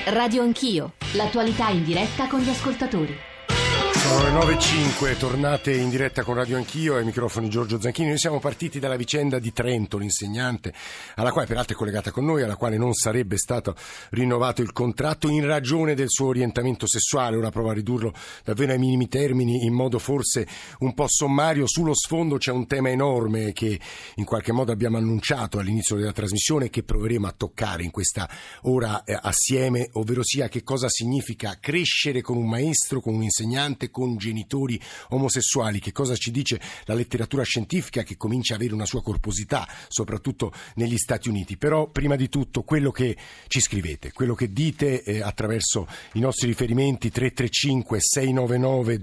Radio Anch'io, l'attualità in diretta con gli ascoltatori. Sono le 9.05, tornate in diretta con Radio Anch'io, ai microfoni Giorgio Zanchini. Noi siamo partiti dalla vicenda di Trento, l'insegnante, alla quale peraltro è collegata con noi, alla quale non sarebbe stato rinnovato il contratto in ragione del suo orientamento sessuale. Ora provo a ridurlo davvero ai minimi termini, in modo forse un po' sommario. Sullo sfondo c'è un tema enorme che in qualche modo abbiamo annunciato all'inizio della trasmissione e che proveremo a toccare in questa ora assieme, ovvero sia che cosa significa crescere con un maestro, con un insegnante, con genitori omosessuali. Che cosa ci dice la letteratura scientifica, che comincia a avere una sua corposità soprattutto negli Stati Uniti. Però prima di tutto quello che ci scrivete, quello che dite attraverso i nostri riferimenti 335 699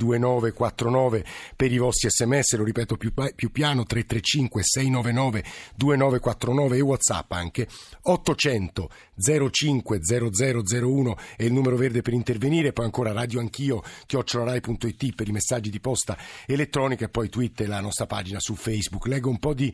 2949 per i vostri sms, lo ripeto più piano, 335 699 2949 e WhatsApp anche 800 05 0001 è il numero verde per intervenire. Poi ancora Radio Anch'io @rai.it per i messaggi di posta elettronica, e poi Twitter, la nostra pagina su Facebook. Leggo un po' di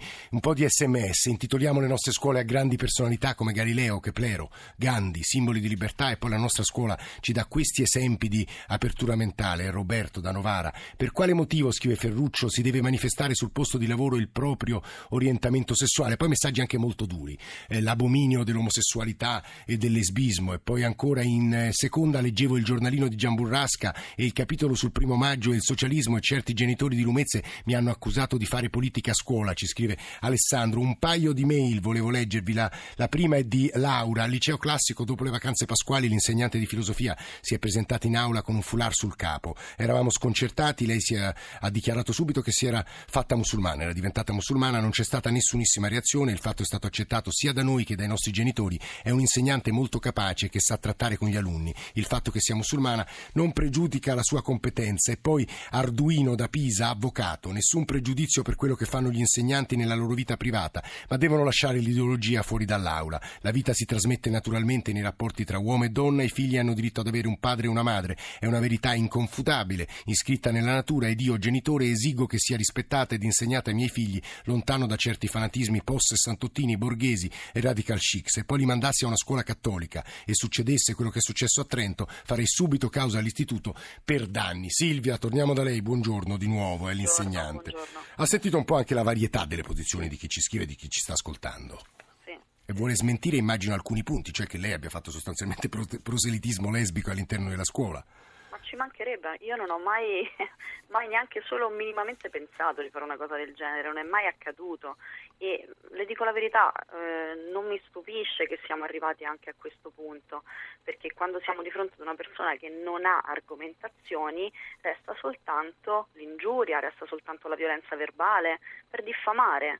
sms. Intitoliamo le nostre scuole a grandi personalità come Galileo, Keplero, Gandhi, simboli di libertà, e poi la nostra scuola ci dà questi esempi di apertura mentale. Roberto da Novara: per quale motivo, scrive Ferruccio, si deve manifestare sul posto di lavoro il proprio orientamento sessuale? Poi messaggi anche molto duri, l'abominio dell'omosessualità e del lesbismo. E poi ancora in seconda leggevo il giornalino di Gian Burrasca e il capitolo sul 1° maggio e il socialismo, e certi genitori di Lumezze mi hanno accusato di fare politica a scuola, ci scrive Alessandro. Un paio di mail volevo leggervi. La prima è di Laura. Al liceo classico, dopo le vacanze pasquali, l'insegnante di filosofia si è presentata in aula con un foulard sul capo. Eravamo sconcertati, lei ha dichiarato subito che si era fatta musulmana, era diventata musulmana. Non c'è stata nessunissima reazione, il fatto è stato accettato sia da noi che dai nostri genitori. È un insegnante molto capace, che sa trattare con gli alunni. Il fatto che sia musulmana non pregiudica la sua competenza. E poi Arduino da Pisa, avvocato: nessun pregiudizio per quello che fanno gli insegnanti nella loro vita privata, ma devono lasciare l'ideologia fuori dall'aula. La vita si trasmette naturalmente nei rapporti tra uomo e donna, i figli hanno diritto ad avere un padre e una madre, è una verità inconfutabile, iscritta nella natura, ed io, genitore, esigo che sia rispettata ed insegnata ai miei figli, lontano da certi fanatismi post-sessantottini, borghesi e radical chic. Se poi li mandassi a una scuola cattolica e succedesse quello che è successo a Trento, farei subito causa all'istituto per danni. Silvia, torniamo da lei, buongiorno di nuovo, è l'insegnante. Buongiorno. Ha sentito un po' anche la varietà delle posizioni di chi ci scrive e di chi ci sta ascoltando. Sì. E vuole smentire, immagino, alcuni punti, cioè che lei abbia fatto sostanzialmente proselitismo lesbico all'interno della scuola. Ma ci mancherebbe, io non ho mai neanche solo minimamente pensato di fare una cosa del genere, non è mai accaduto, e le dico la verità, non mi stupisce che siamo arrivati anche a questo punto, perché quando siamo di fronte ad una persona che non ha argomentazioni, resta soltanto l'ingiuria, resta soltanto la violenza verbale per diffamare.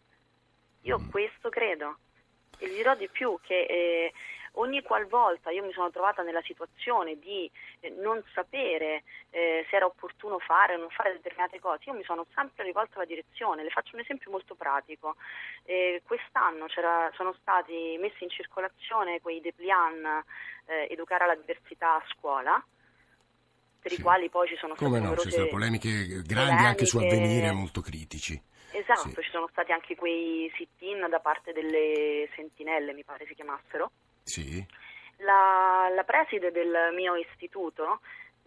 Io questo credo, e gli dirò di più, che ogni qualvolta io mi sono trovata nella situazione di non sapere se era opportuno fare o non fare determinate cose, io mi sono sempre rivolta alla direzione. Le faccio un esempio molto pratico. Quest'anno sono stati messi in circolazione quei dépliant educare alla diversità a scuola, per i quali poi ci sono state ci sono polemiche grandi anche su Avvenire, molto critici. Esatto, sì. Ci sono stati anche quei sit-in da parte delle sentinelle, mi pare si chiamassero. Sì. La preside del mio istituto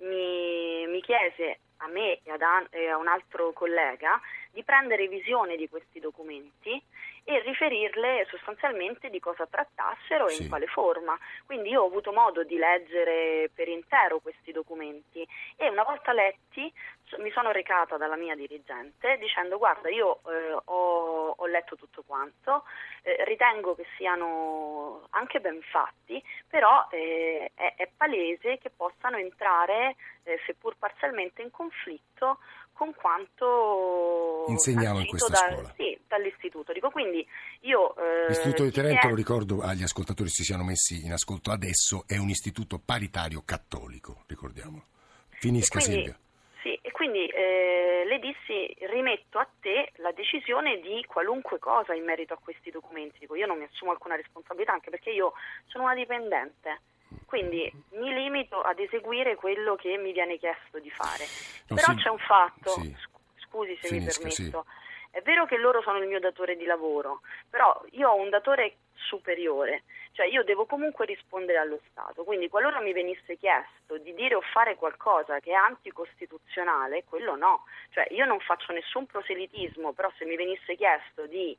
mi chiese, a me e a un altro collega, di prendere visione di questi documenti e riferirle sostanzialmente di cosa trattassero e in quale forma. Quindi io ho avuto modo di leggere per intero questi documenti, e una volta letti mi sono recata dalla mia dirigente dicendo: guarda, io ho letto tutto quanto, ritengo che siano anche ben fatti, però è palese che possano entrare, seppur parzialmente, in conflitto con quanto insegniamo in questa scuola. Sì, dall'istituto. Dico, quindi io l'Istituto di Trento, lo ricordo agli ascoltatori si siano messi in ascolto adesso, è un istituto paritario cattolico, ricordiamolo. Finisca, Silvia. Sì, e quindi le dissi: rimetto a te la decisione di qualunque cosa in merito a questi documenti. Dico, io non mi assumo alcuna responsabilità, anche perché io sono una dipendente. Quindi mi limito ad eseguire quello che mi viene chiesto di fare. Però c'è un fatto, scusi se mi permetto, È vero che loro sono il mio datore di lavoro, però io ho un datore superiore, cioè io devo comunque rispondere allo Stato, quindi qualora mi venisse chiesto di dire o fare qualcosa che è anticostituzionale, quello no, cioè io non faccio nessun proselitismo, però se mi venisse chiesto di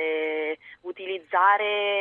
utilizzare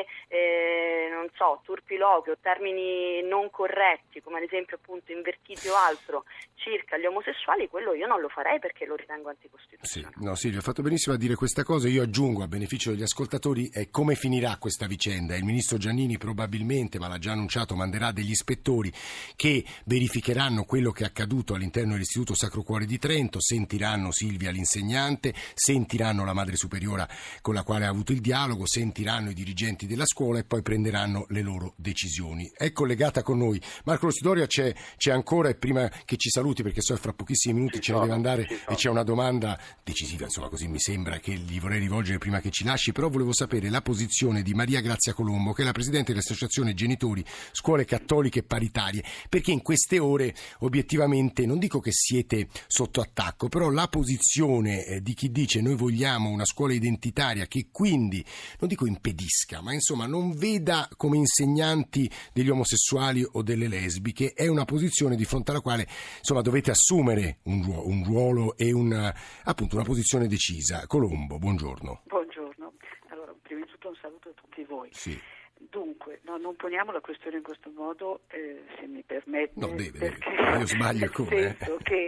non so, turpiloquio o termini non corretti, come ad esempio appunto invertiti o altro, circa gli omosessuali, quello io non lo farei perché lo ritengo anticostituzionale. Sì, no, Silvia, ha fatto benissimo a dire questa cosa. Io aggiungo a beneficio degli ascoltatori come finirà questa vicenda. Il ministro Giannini probabilmente, ma l'ha già annunciato, manderà degli ispettori che verificheranno quello che è accaduto all'interno dell'Istituto Sacro Cuore di Trento, sentiranno Silvia l'insegnante, sentiranno la madre superiora con la quale ha avuto il dialogo, sentiranno i dirigenti della scuola e poi prenderanno le loro decisioni. È collegata con noi Marco Rossidoria, c'è ancora, e prima che ci saluti perché so che fra pochissimi minuti ce ne deve andare e c'è una domanda decisiva, insomma, così mi sembra, che gli vorrei rivolgere prima che ci lasci, però volevo sapere la posizione di Maria Grazia Colombo, che è la presidente dell'Associazione Genitori Scuole Cattoliche Paritarie, perché in queste ore obiettivamente non dico che siete sotto attacco, però la posizione di chi dice noi vogliamo una scuola identitaria che quindi non dico impedisca, ma insomma non veda come insegnanti degli omosessuali o delle lesbiche, è una posizione di fronte alla quale insomma dovete assumere un ruolo e appunto una posizione decisa. Colombo, buongiorno. Buongiorno. Allora, prima di tutto un saluto a tutti voi. Sì. Dunque, non poniamo la questione in questo modo, se mi permette. No, deve. Perché, Io sbaglio come?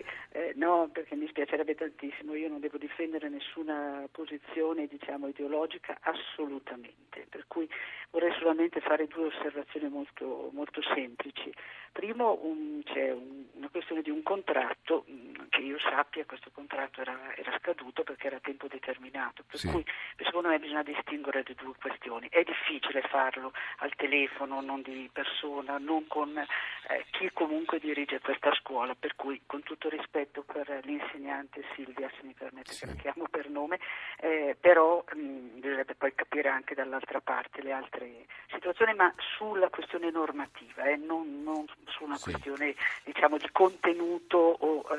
No, perché mi spiacerebbe tantissimo, io non devo difendere nessuna posizione, diciamo, ideologica, assolutamente. Per cui vorrei solamente fare due osservazioni molto, molto semplici. Primo, c'è una questione di un contratto, che io sappia questo contratto era scaduto perché era a tempo determinato, per cui secondo me bisogna distinguere le due questioni. È difficile farlo al telefono, non di persona, non con chi comunque dirige questa scuola, per cui con tutto rispetto per l'insegnante Silvia, se mi permette che la chiamo per nome, però bisognerebbe poi capire anche dall'altra parte le altre situazioni, ma sulla questione normativa, non su una questione diciamo di contenuto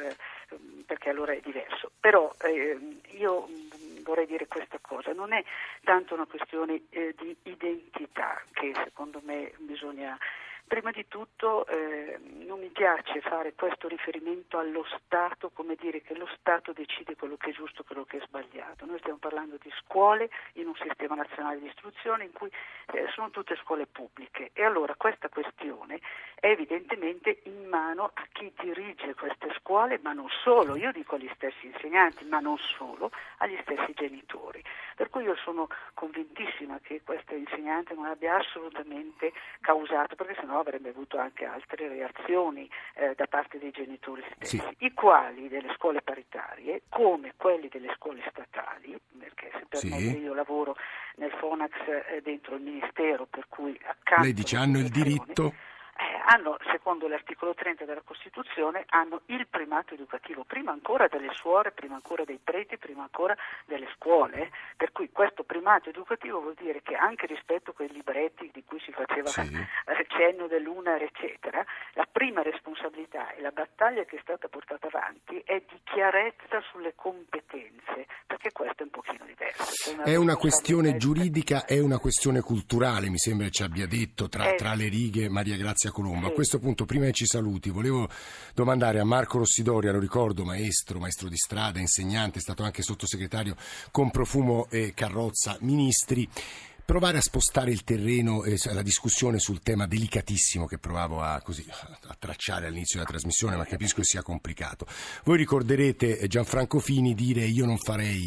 perché allora è diverso. Però io vorrei dire questa cosa, non è tanto una questione di identità che secondo me bisogna. Prima di tutto non mi piace fare questo riferimento allo Stato, come dire che lo Stato decide quello che è giusto e quello che è sbagliato. Noi stiamo parlando di scuole in un sistema nazionale di istruzione in cui sono tutte scuole pubbliche e allora questa questione è evidentemente in mano a chi dirige queste scuole, ma non solo, io dico agli stessi insegnanti, ma non solo, agli stessi genitori. Per cui io sono convintissima che questa insegnante non abbia assolutamente causato, perché sennò avrebbe avuto anche altre reazioni da parte dei genitori stessi, i quali delle scuole paritarie, come quelli delle scuole statali, perché se permette io lavoro nel Fonax dentro il Ministero, per cui accanto lei dice hanno il diritto? Hanno, secondo l'articolo 30 della Costituzione, hanno il primato educativo, prima ancora delle suore, prima ancora dei preti, prima ancora delle scuole, per cui questo primato educativo vuol dire che anche rispetto a quei libretti di cui si faceva cenno dell'UNAR, eccetera, la prima responsabilità e la battaglia che è stata portata avanti è di chiarezza sulle competenze, perché questo è un pochino diverso. È una questione giuridica, è una questione culturale, mi sembra che ci abbia detto tra le righe Maria Grazia Colombo. A questo punto, prima che ci saluti, volevo domandare a Marco Rossidoria, lo ricordo, maestro di strada, insegnante, è stato anche sottosegretario con Profumo e Carrozza, ministri, provare a spostare il terreno e la discussione sul tema delicatissimo che provavo a tracciare all'inizio della trasmissione, ma capisco che sia complicato. Voi ricorderete Gianfranco Fini dire io non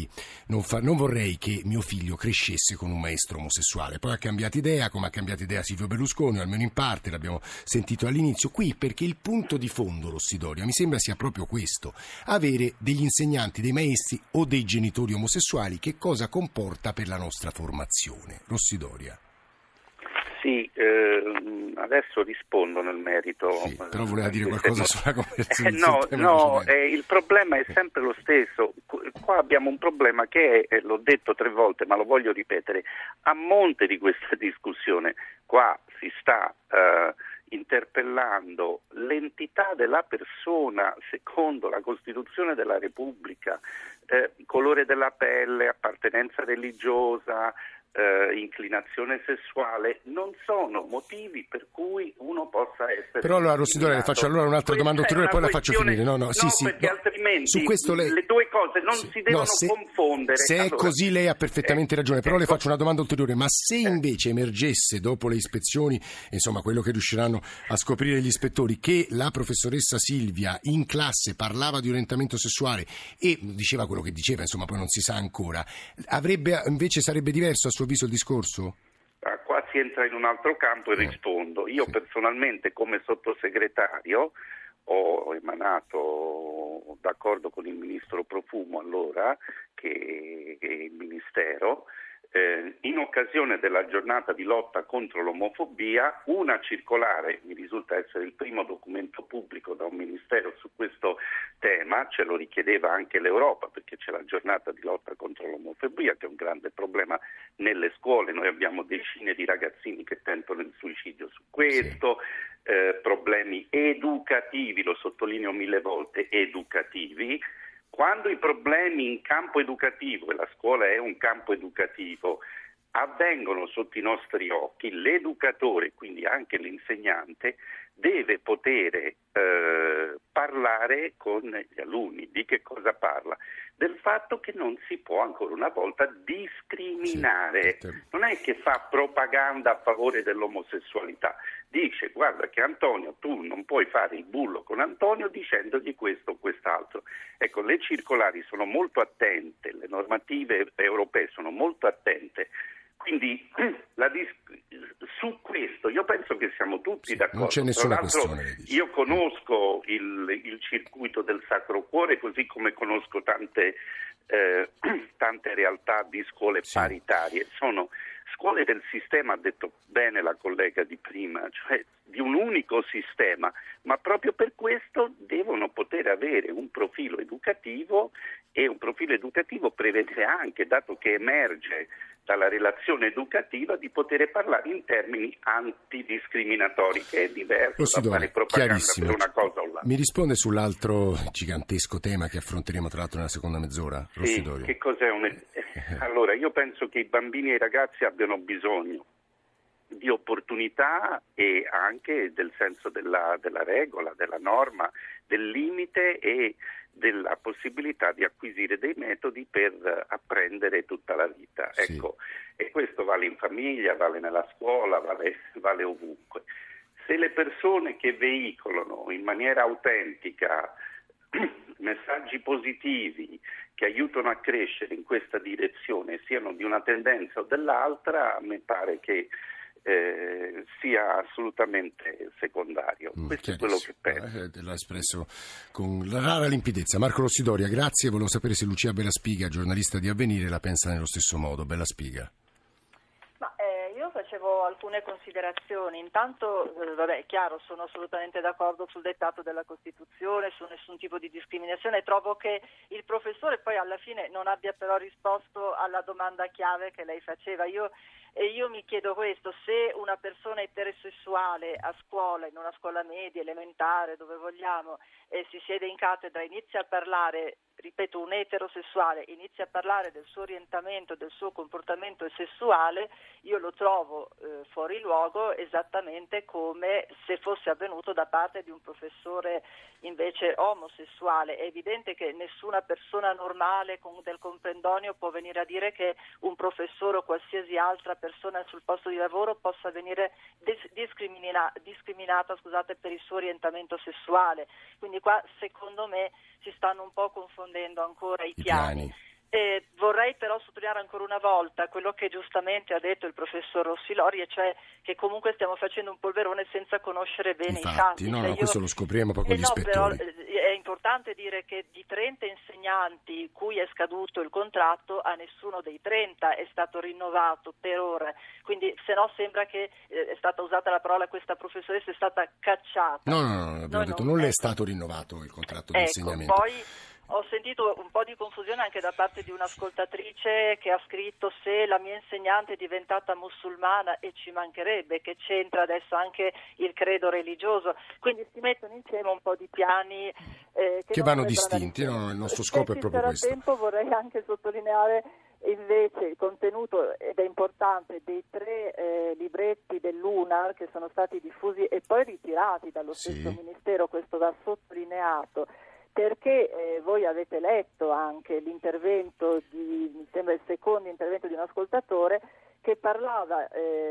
vorrei che mio figlio crescesse con un maestro omosessuale. Poi ha cambiato idea, come ha cambiato idea Silvio Berlusconi, almeno in parte, l'abbiamo sentito all'inizio. Qui perché il punto di fondo, Rossidoria, mi sembra sia proprio questo: avere degli insegnanti, dei maestri o dei genitori omosessuali, che cosa comporta per la nostra formazione. Rossidoria. Sì, adesso rispondo nel merito. Sì, però voleva dire qualcosa sulla conversione. Il problema è sempre lo stesso. Qua abbiamo un problema che è, l'ho detto 3 volte, ma lo voglio ripetere, a monte di questa discussione. Qua si sta interpellando l'entità della persona secondo la Costituzione della Repubblica, colore della pelle, appartenenza religiosa, inclinazione sessuale, non sono motivi per cui uno possa essere... Però allora Rossidore le faccio allora un'altra domanda ulteriore, poi la faccio finire. Perché altrimenti su questo lei... le due cose non si devono confondere. Se è così lei ha perfettamente ragione, però le faccio una domanda ulteriore: ma se invece emergesse dopo le ispezioni, insomma quello che riusciranno a scoprire gli ispettori, che la professoressa Silvia in classe parlava di orientamento sessuale e diceva quello che diceva, insomma poi non si sa ancora, sarebbe diverso a suo avviso il discorso? Qua si entra in un altro campo e rispondo. Io personalmente come sottosegretario ho emanato, d'accordo con il ministro Profumo allora, che è il Ministero, in occasione della giornata di lotta contro l'omofobia, una circolare, mi risulta essere il primo documento pubblico da un ministero su questo tema, ce lo richiedeva anche l'Europa perché c'è la giornata di lotta contro l'omofobia che è un grande problema nelle scuole, noi abbiamo decine di ragazzini che tentano il suicidio su questo, problemi educativi, lo sottolineo 1000 volte, educativi. Quando i problemi in campo educativo, e la scuola è un campo educativo, avvengono sotto i nostri occhi, l'educatore, quindi anche l'insegnante, deve poter parlare con gli alunni. Di che cosa parla? Del fatto che non si può ancora una volta discriminare. Non è che fa propaganda a favore dell'omosessualità. Dice: guarda che Antonio, tu non puoi fare il bullo con Antonio dicendogli questo o quest'altro. Ecco, le circolari sono molto attente, le normative europee sono molto attente. Quindi su questo io penso che siamo tutti d'accordo. Non c'è nessuna questione. Io conosco il circuito del Sacro Cuore, così come conosco tante realtà di scuole paritarie. Sono scuole del sistema, ha detto bene la collega di prima, cioè di un unico sistema, ma proprio per questo devono poter avere un profilo educativo, e un profilo educativo prevede anche, dato che emerge dalla relazione educativa, di poter parlare in termini antidiscriminatori, che è diverso da fare propaganda per una cosa o l'altra. Mi risponde sull'altro gigantesco tema che affronteremo tra l'altro nella seconda mezz'ora? Sì, che cos'è Allora, io penso che i bambini e i ragazzi abbiano bisogno di opportunità e anche del senso della regola, della norma, del limite e della possibilità di acquisire dei metodi per apprendere tutta la vita. Sì. Ecco, e questo vale in famiglia, vale nella scuola, vale ovunque. Se le persone che veicolano in maniera autentica messaggi positivi che aiutano a crescere in questa direzione siano di una tendenza o dell'altra, a me pare che sia assolutamente secondario. Questo è quello che penso. L'ha espresso con la rara limpidezza. Marco Rossidoria, grazie. Volevo sapere se Lucia Bellaspiga, giornalista di Avvenire, la pensa nello stesso modo. Bellaspiga. Io facevo alcune considerazioni. Intanto, è chiaro, sono assolutamente d'accordo sul dettato della Costituzione, su nessun tipo di discriminazione. Trovo che il professore poi alla fine non abbia però risposto alla domanda chiave che lei faceva. Io mi chiedo questo: se una persona eterosessuale a scuola, in una scuola media, elementare, dove vogliamo, si siede in cattedra e inizia a parlare, ripeto, un eterosessuale inizia a parlare del suo orientamento, del suo comportamento sessuale, io lo trovo fuori luogo, esattamente come se fosse avvenuto da parte di un professore invece omosessuale. È evidente che nessuna persona normale del comprendonio può venire a dire che un professore o qualsiasi altra persona sul posto di lavoro possa venire discriminata per il suo orientamento sessuale. Quindi qua secondo me si stanno un po' confondendo ancora i piani. Vorrei però sottolineare ancora una volta quello che giustamente ha detto il professor Rossilori, e cioè che comunque stiamo facendo un polverone senza conoscere bene i fatti. Questo lo scopriamo poi con gli ispettori. Però è importante dire che di 30 insegnanti cui è scaduto il contratto, a nessuno dei 30 è stato rinnovato per ora, quindi se no sembra che è stata usata la parola, questa professoressa è stata cacciata. No, abbiamo detto non le è stato rinnovato il contratto di insegnamento. Poi Ho sentito un po' di confusione anche da parte di un'ascoltatrice che ha scritto: se la mia insegnante è diventata musulmana, e ci mancherebbe, che c'entra adesso anche il credo religioso. Quindi si mettono insieme un po' di piani che vanno distinti, no? Il nostro scopo è proprio questo. Se ci sarà tempo vorrei anche sottolineare invece il contenuto, ed è importante, dei 3 libretti dell'UNAR che sono stati diffusi e poi ritirati dallo stesso Ministero. Questo va sottolineato, perché voi avete letto anche l'intervento mi sembra il secondo intervento di un ascoltatore che parlava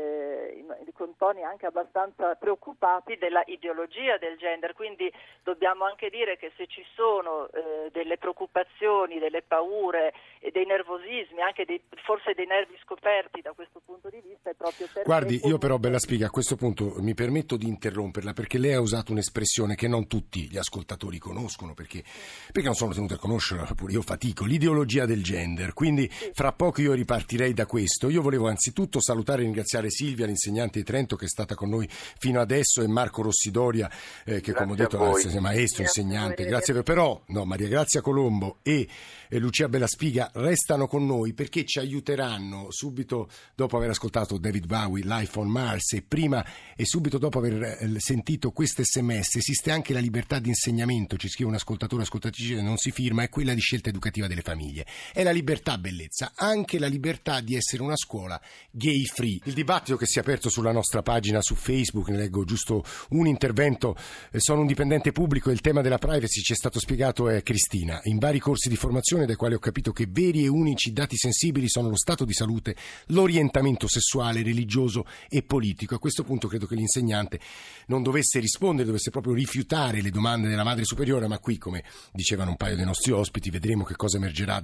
con toni anche abbastanza preoccupati della ideologia del gender. Quindi dobbiamo anche dire che se ci sono delle preoccupazioni, delle paure e dei nervosismi, anche forse dei nervi scoperti da questo punto di vista, è proprio perché... Guardi, io però, Bellaspiga, a questo punto mi permetto di interromperla, perché lei ha usato un'espressione che non tutti gli ascoltatori conoscono, perché non sono tenuti a conoscerla, pure io fatico, l'ideologia del gender. Quindi fra poco io ripartirei da questo. Io volevo anzitutto salutare e ringraziare Silvia, l'insegnante di Trento, che è stata con noi fino adesso, e Marco Rossidoria, che come ho detto è maestro, insegnante. Grazie però Maria Grazia Colombo e Lucia Bellaspiga restano con noi, perché ci aiuteranno subito dopo aver ascoltato David Bowie, Life on Mars, e prima e subito dopo aver sentito questo SMS. Esiste anche la libertà di insegnamento, ci scrive un ascoltatore, ascoltatrice, non si firma, è quella di scelta educativa delle famiglie. È la libertà, bellezza, anche la libertà di essere una scuola gay free. Il dibattito che si è aperto sulla nostra pagina su Facebook, ne leggo giusto un intervento: sono un dipendente pubblico e il tema della privacy, ci è stato spiegato, è Cristina, in vari corsi di formazione dai quali ho capito che veri e unici dati sensibili sono lo stato di salute, l'orientamento sessuale, religioso e politico. A questo punto credo che l'insegnante non dovesse rispondere, dovesse proprio rifiutare le domande della madre superiore, ma qui, come dicevano un paio dei nostri ospiti, vedremo che cosa emergerà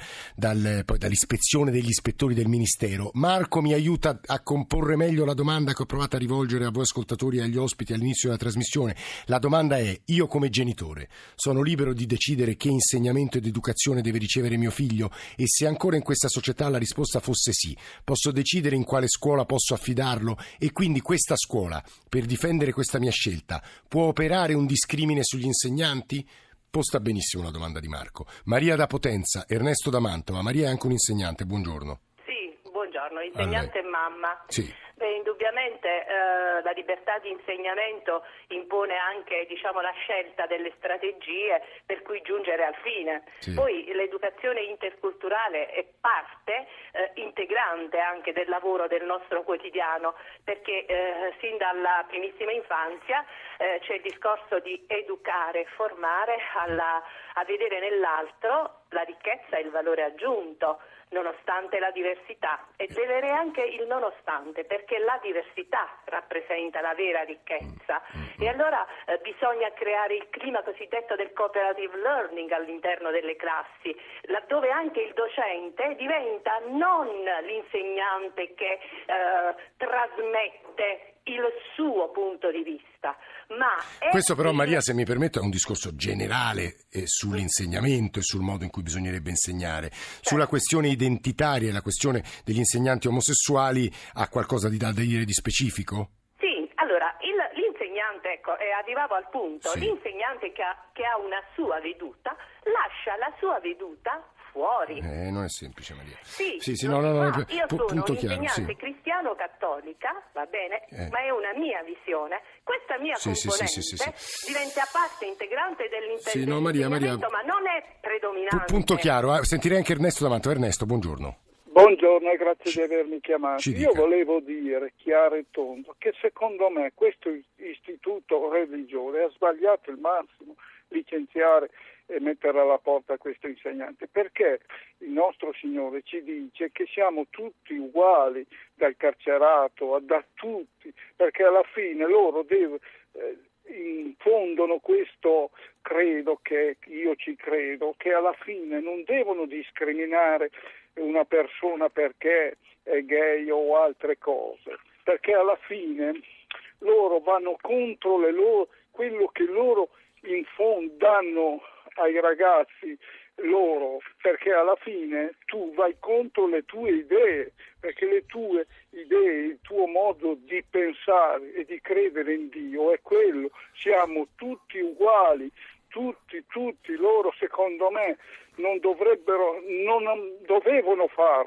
poi dall'ispezione degli ispettori del Ministero. Marco mi aiuta a comporre meglio la domanda che ho provato a rivolgere a voi ascoltatori e agli ospiti all'inizio della trasmissione. La domanda è: io come genitore sono libero di decidere che insegnamento ed educazione deve ricevere mio figlio? E se ancora in questa società la risposta fosse sì, posso decidere in quale scuola posso affidarlo? E quindi questa scuola, per difendere questa mia scelta, può operare un discrimine sugli insegnanti? Posta benissimo la domanda di Marco. Maria da Potenza, Ernesto da Mantova. Maria è anche un insegnante, buongiorno. Sì, buongiorno, insegnante e mamma. Sì. Indubbiamente la libertà di insegnamento impone anche, la scelta delle strategie per cui giungere al fine. Sì. Poi l'educazione interculturale è parte integrante anche del lavoro del nostro quotidiano, perché sin dalla primissima infanzia c'è il discorso di educare, formare a vedere nell'altro la ricchezza e il valore aggiunto, nonostante la diversità, e deve avere anche il nonostante, perché la diversità rappresenta la vera ricchezza. E allora bisogna creare il clima cosiddetto del cooperative learning all'interno delle classi, laddove anche il docente diventa non l'insegnante che trasmette il suo punto di vista, ma questo però, Maria, se mi permetto, è un discorso generale sull'insegnamento e sul modo in cui bisognerebbe insegnare. Sulla questione identitaria e la questione degli insegnanti omosessuali, ha qualcosa da dire di specifico? Sì, allora l'insegnante, arrivavo al punto, sì. L'insegnante che ha una sua veduta lascia la sua veduta fuori. Non è semplice, Maria. Sì, no, io sono chiaro, un'insegnante cristiano-cattolica, va bene, ma è una mia visione. Questa mia componente diventa parte integrante dell'insegnamento, ma non è predominante. Punto chiaro. Sentirei anche Ernesto davanti. Ernesto, buongiorno. Buongiorno e grazie di avermi chiamato. Io volevo dire chiaro e tondo che secondo me questo istituto religioso ha sbagliato il massimo licenziare e mettere alla porta questo insegnante, perché il nostro Signore ci dice che siamo tutti uguali, dal carcerato da tutti, perché alla fine loro infondono questo credo, che io ci credo, che alla fine non devono discriminare una persona perché è gay o altre cose, perché alla fine loro vanno contro quello che loro in fondo danno ai ragazzi loro, perché alla fine tu vai contro le tue idee, perché le tue idee, il tuo modo di pensare e di credere in Dio è quello: siamo tutti uguali, tutti loro, secondo me, non dovevano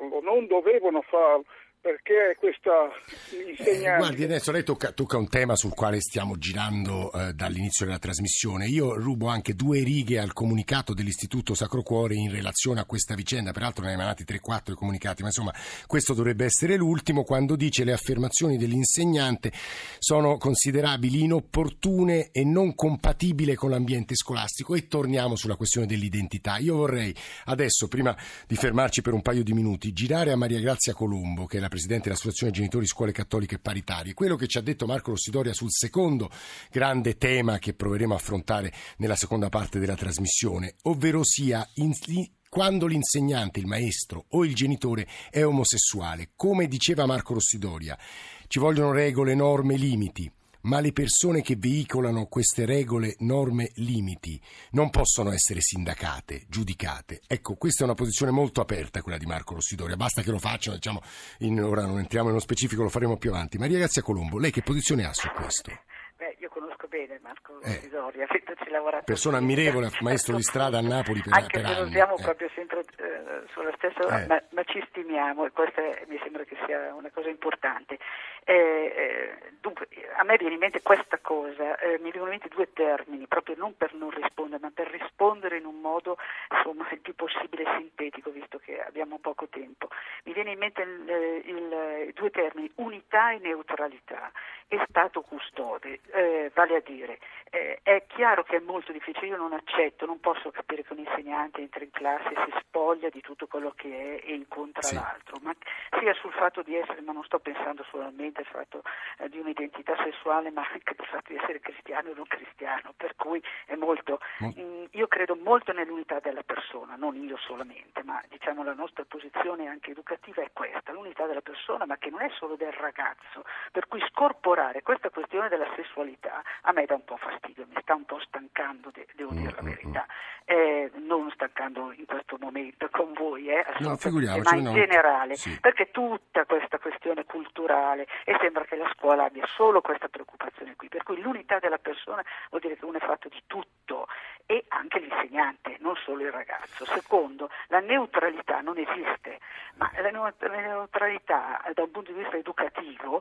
farlo, perché questa insegnante... Guardi, adesso lei tocca un tema sul quale stiamo girando dall'inizio della trasmissione. Io rubo anche 2 righe al comunicato dell'Istituto Sacro Cuore in relazione a questa vicenda, peraltro ne hai emanati 3-4 i comunicati, ma insomma questo dovrebbe essere l'ultimo, quando dice: le affermazioni dell'insegnante sono considerabili inopportune e non compatibili con l'ambiente scolastico. E torniamo sulla questione dell'identità. Io vorrei adesso, prima di fermarci per un paio di minuti, girare a Maria Grazia Colombo, che è la Presidente dell'Associazione Genitori Scuole Cattoliche Paritarie, quello che ci ha detto Marco Rossidoria sul secondo grande tema che proveremo a affrontare nella seconda parte della trasmissione, ovvero sia quando l'insegnante, il maestro o il genitore è omosessuale. Come diceva Marco Rossidoria, ci vogliono regole, norme, limiti. Ma le persone che veicolano queste regole, norme, limiti non possono essere sindacate, giudicate. Ecco, questa è una posizione molto aperta, quella di Marco Rossidoria. Basta che lo facciano, diciamo, ora non entriamo nello specifico, lo faremo più avanti. Maria Grazia Colombo, lei che posizione ha su questo? Io conosco bene Marco Rossidoria, avendoci lavorato. Persona ammirevole, maestro di strada a Napoli per anche per se anni. non siamo proprio sempre sulla stessa, ma ci stimiamo, e questa mi sembra che sia una cosa importante. Dunque, a me viene in mente questa cosa, mi vengono in mente 2 termini, proprio non per non rispondere, ma per rispondere in un modo, insomma, il più possibile sintetico, visto che abbiamo poco tempo. Mi viene in mente i 2 termini, unità e neutralità, e stato custode, vale a dire, è chiaro che è molto difficile, io non accetto, non posso capire che un insegnante entra in classe e si spoglia di tutto quello che è e incontra l'altro, ma sia sul fatto di essere, ma non sto pensando solamente al fatto di un'identità sessuale, ma anche del fatto di essere cristiano o non cristiano, per cui è molto, io credo molto nell'unità della persona, non io solamente, ma diciamo la nostra posizione anche educativa è questa, l'unità della persona, ma che non è solo del ragazzo, per cui scorporare questa questione della sessualità a me dà un po' fastidio, mi sta un po' stancando, devo dire la verità, non stancando in questo momento con voi, no, ma in generale, perché tutta questa questione culturale, e sembra che la scuola abbia solo questa preoccupazione qui, per cui l'unità della persona vuol dire che uno è fatto di tutto, e anche l'insegnante, non solo il ragazzo. Secondo, la neutralità non esiste, ma la neutralità da un punto di vista educativo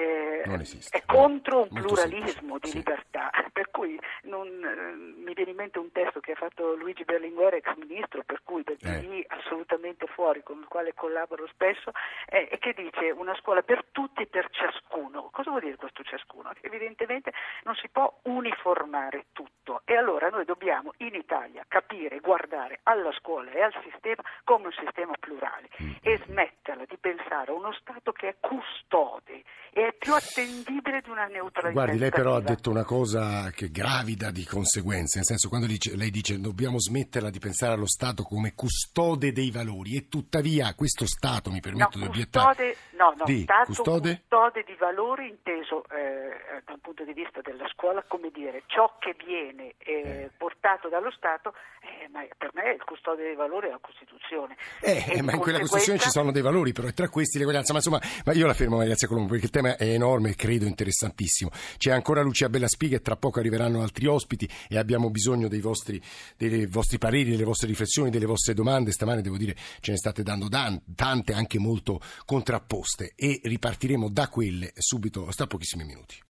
è contro un pluralismo di libertà, per cui mi viene in mente un testo che ha fatto Luigi Berlinguer, ex ministro, per cui del PD assolutamente fuori, con il quale collaboro spesso, e che dice una scuola per tutti e per ciascuno. Cosa vuol dire questo ciascuno? Che evidentemente non si può uniformare tutto, e allora noi dobbiamo in Italia capire, guardare alla scuola e al sistema come un sistema plurale e smetterla di pensare a uno Stato che è custode e è più attendibile di una neutralità. Guardi, lei però ha detto una cosa che è gravida di conseguenze, nel senso, quando lei dice dobbiamo smetterla di pensare allo Stato come custode dei valori, e tuttavia questo Stato, mi permetto di obiettare, custode di valori inteso da un punto di vista della scuola, come dire, ciò che viene portato dallo Stato, ma per me il custode dei valori è la Costituzione. Ma in quella Costituzione ci sono dei valori, però, e tra questi l'eguaglianza. Ma insomma, io la fermo, Maria Grazia Colombo, perché il tema è enorme e credo interessantissimo. C'è ancora Lucia Bellaspiga e tra poco arriveranno altri ospiti, e abbiamo bisogno dei vostri pareri, delle vostre riflessioni, delle vostre domande. Stamane, devo dire, ce ne state dando tante, anche molto contrapposte, e ripartiremo da quelle subito, tra pochissimi minuti.